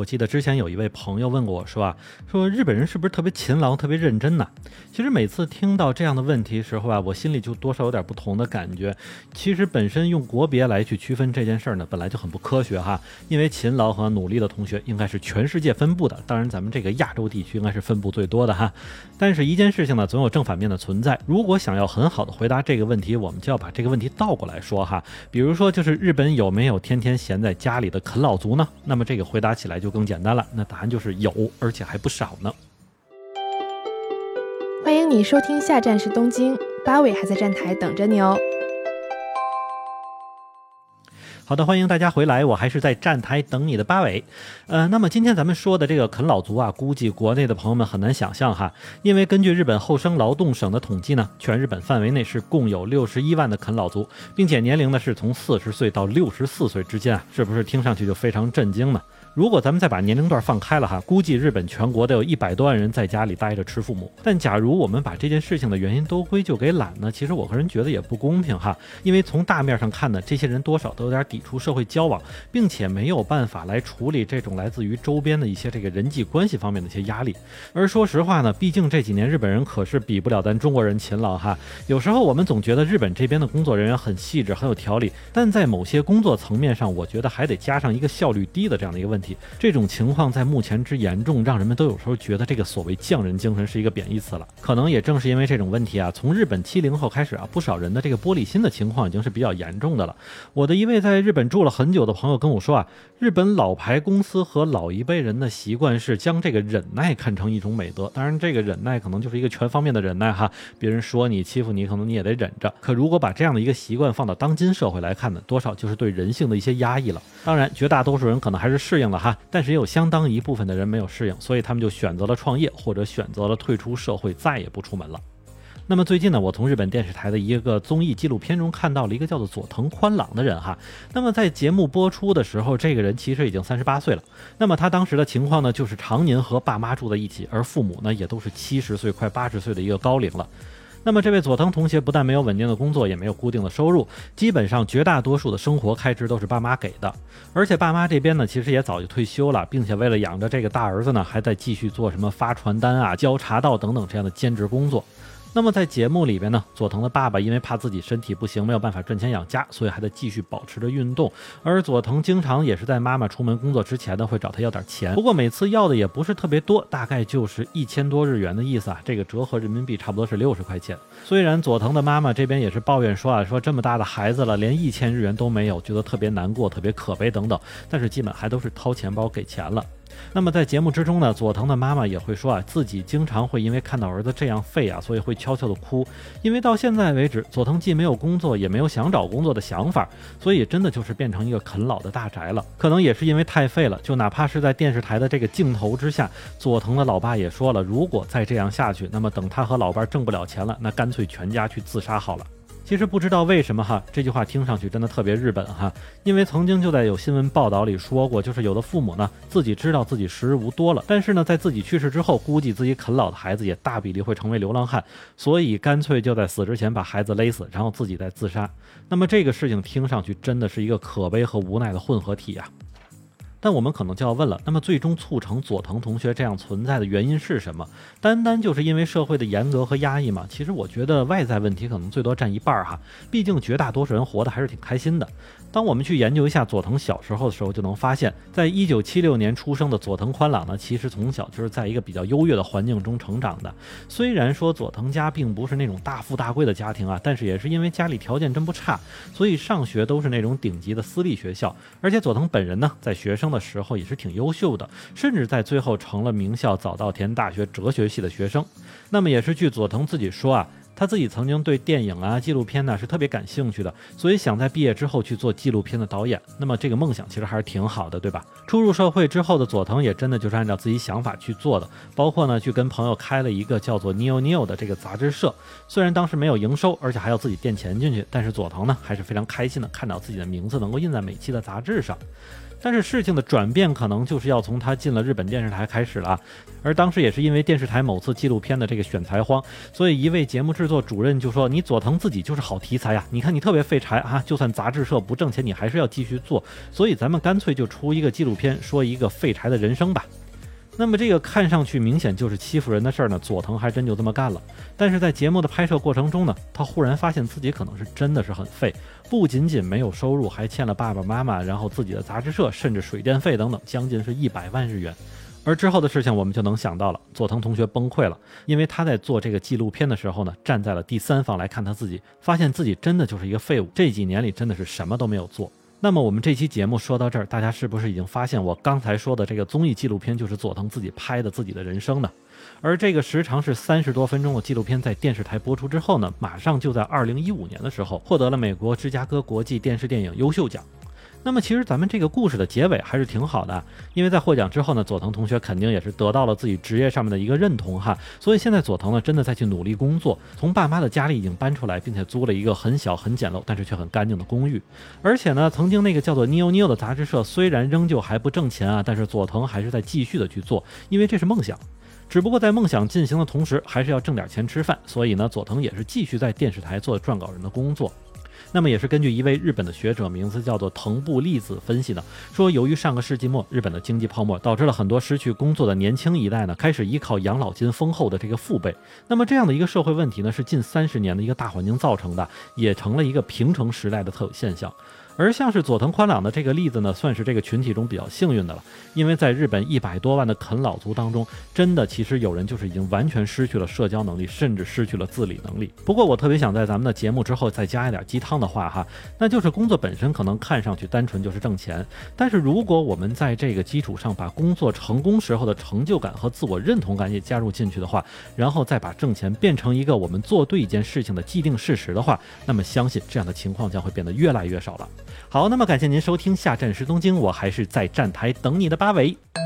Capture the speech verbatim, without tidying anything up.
我记得之前有一位朋友问过我说啊，说日本人是不是特别勤劳、特别认真呢？其实每次听到这样的问题时候啊，我心里就多少有点不同的感觉。其实本身用国别来去区分这件事儿呢，本来就很不科学哈。因为勤劳和努力的同学应该是全世界分布的，当然咱们这个亚洲地区应该是分布最多的哈。但是一件事情呢，总有正反面的存在。如果想要很好的回答这个问题，我们就要把这个问题倒过来说哈。比如说，就是日本有没有天天闲在家里的啃老族呢？那么这个回答起来就更简单了，那答案就是有，而且还不少呢。 欢迎你收听下站是东京，八尾还在站台等着你哦。 好的，欢迎大家回来，我还是在站台等你的八尾。呃，那么今天咱们说的这个啃老族啊，估计国内的朋友们很难想象哈，因为根据日本厚生劳动省的统计呢，全日本范围内是共有六十一万的啃老族，并且年龄呢是从四十岁到六十四岁之间啊，是不是听上去就非常震惊呢？如果咱们再把年龄段放开了哈，估计日本全国都有一百多万人在家里待着吃父母。但假如我们把这件事情的原因都归咎给懒呢，其实我个人觉得也不公平哈。因为从大面上看呢，这些人多少都有点抵触社会交往，并且没有办法来处理这种来自于周边的一些这个人际关系方面的一些压力。而说实话呢，毕竟这几年日本人可是比不了咱中国人勤劳哈。有时候我们总觉得日本这边的工作人员很细致，很有条理，但在某些工作层面上，我觉得还得加上一个效率低的这样的一个问题。这种情况在目前之严重，让人们都有时候觉得这个所谓匠人精神是一个贬义词了。可能也正是因为这种问题啊，从日本七零后开始啊，不少人的这个玻璃心的情况已经是比较严重的了。我的一位在日本住了很久的朋友跟我说啊，日本老牌公司和老一辈人的习惯是将这个忍耐看成一种美德。当然这个忍耐可能就是一个全方面的忍耐哈，别人说你欺负你，可能你也得忍着。可如果把这样的一个习惯放到当今社会来看呢，多少就是对人性的一些压抑了。当然绝大多数人可能还是适应了哈，但是也有相当一部分的人没有适应，所以他们就选择了创业，或者选择了退出社会，再也不出门了。那么最近呢，我从日本电视台的一个综艺纪录片中看到了一个叫做佐藤宽朗的人哈。那么在节目播出的时候，这个人其实已经三十八岁了。那么他当时的情况呢，就是常年和爸妈住在一起，而父母呢也都是七十岁快八十岁的一个高龄了。那么这位佐藤同学不但没有稳定的工作，也没有固定的收入，基本上绝大多数的生活开支都是爸妈给的。而且爸妈这边呢，其实也早就退休了，并且为了养着这个大儿子呢，还在继续做什么发传单啊、交茶道等等这样的兼职工作。那么在节目里边呢，佐藤的爸爸因为怕自己身体不行，没有办法赚钱养家，所以还在继续保持着运动。而佐藤经常也是在妈妈出门工作之前呢，会找他要点钱，不过每次要的也不是特别多，大概就是一千多日元的意思啊，这个折合人民币差不多是六十块钱。虽然佐藤的妈妈这边也是抱怨说啊，说这么大的孩子了，连一千日元都没有，觉得特别难过，特别可悲等等，但是基本还都是掏钱包给钱了。那么在节目之中呢，佐藤的妈妈也会说啊，自己经常会因为看到儿子这样废啊，所以会悄悄的哭。因为到现在为止，佐藤既没有工作，也没有想找工作的想法，所以真的就是变成一个啃老的大宅了。可能也是因为太废了，就哪怕是在电视台的这个镜头之下，佐藤的老爸也说了，如果再这样下去，那么等他和老伴挣不了钱了，那干脆全家去自杀好了。其实不知道为什么哈，这句话听上去真的特别日本哈，因为曾经就在有新闻报道里说过，就是有的父母呢自己知道自己时日无多了，但是呢在自己去世之后，估计自己啃老的孩子也大比例会成为流浪汉，所以干脆就在死之前把孩子勒死，然后自己再自杀。那么这个事情听上去真的是一个可悲和无奈的混合体啊。但我们可能就要问了，那么最终促成佐藤同学这样存在的原因是什么？单单就是因为社会的严格和压抑吗？其实我觉得外在问题可能最多占一半哈，毕竟绝大多数人活得还是挺开心的。当我们去研究一下佐藤小时候的时候，就能发现，在一九七六年出生的佐藤宽朗呢，其实从小就是在一个比较优越的环境中成长的。虽然说佐藤家并不是那种大富大贵的家庭啊，但是也是因为家里条件真不差，所以上学都是那种顶级的私立学校。而且佐藤本人呢，在学生的时候也是挺优秀的，甚至在最后成了名校早稻田大学哲学系的学生。那么也是据佐藤自己说啊，他自己曾经对电影啊、纪录片呢、啊、是特别感兴趣的，所以想在毕业之后去做纪录片的导演。那么这个梦想其实还是挺好的，对吧？初入社会之后的佐藤也真的就是按照自己想法去做的，包括呢去跟朋友开了一个叫做 Neo Neo 的这个杂志社。虽然当时没有营收，而且还要自己垫钱进去，但是佐藤呢还是非常开心的看到自己的名字能够印在每期的杂志上。 但是事情的转变可能就是要从他进了日本电视台开始了。而当时也是因为电视台某次纪录片的这个选材荒，所以一位节目制作主任就说，你佐藤自己就是好题材呀，你看你特别废柴啊，就算杂志社不挣钱你还是要继续做，所以咱们干脆就出一个纪录片，说一个废柴的人生吧。那么这个看上去明显就是欺负人的事儿呢，佐藤还真就这么干了。但是在节目的拍摄过程中呢，他忽然发现自己可能是真的是很废，不仅仅没有收入，还欠了爸爸妈妈，然后自己的杂志社，甚至水电费等等，将近是一百万日元。而之后的事情我们就能想到了，佐藤同学崩溃了，因为他在做这个纪录片的时候呢，站在了第三方来看他自己，发现自己真的就是一个废物，这几年里真的是什么都没有做。那么我们这期节目说到这儿，大家是不是已经发现我刚才说的这个综艺纪录片就是佐藤自己拍的自己的人生呢？而这个时长是三十多分钟的纪录片在电视台播出之后呢，马上就在二零一五年的时候获得了美国芝加哥国际电视电影优秀奖。那么其实咱们这个故事的结尾还是挺好的，因为在获奖之后呢，佐藤同学肯定也是得到了自己职业上面的一个认同哈，所以现在佐藤呢真的在去努力工作，从爸妈的家里已经搬出来，并且租了一个很小很简陋但是却很干净的公寓。而且呢，曾经那个叫做 Neo Neo 的杂志社虽然仍旧还不挣钱啊，但是佐藤还是在继续的去做，因为这是梦想。只不过在梦想进行的同时，还是要挣点钱吃饭，所以呢，佐藤也是继续在电视台做撰稿人的工作。那么也是根据一位日本的学者，名字叫做藤部利子分析的，说由于上个世纪末日本的经济泡沫，导致了很多失去工作的年轻一代呢，开始依靠养老金丰厚的这个父辈。那么这样的一个社会问题呢，是近三十年的一个大环境造成的，也成了一个平成时代的特有现象。而像是佐藤宽朗的这个例子呢，算是这个群体中比较幸运的了，因为在日本一百多万的啃老族当中，真的其实有人就是已经完全失去了社交能力，甚至失去了自理能力。不过我特别想在咱们的节目之后再加一点鸡汤的话哈，那就是工作本身可能看上去单纯就是挣钱，但是如果我们在这个基础上把工作成功时候的成就感和自我认同感也加入进去的话，然后再把挣钱变成一个我们做对一件事情的既定事实的话，那么相信这样的情况将会变得越来越少了。好，那么感谢您收听下站是东京，我还是在站台等你的八尾。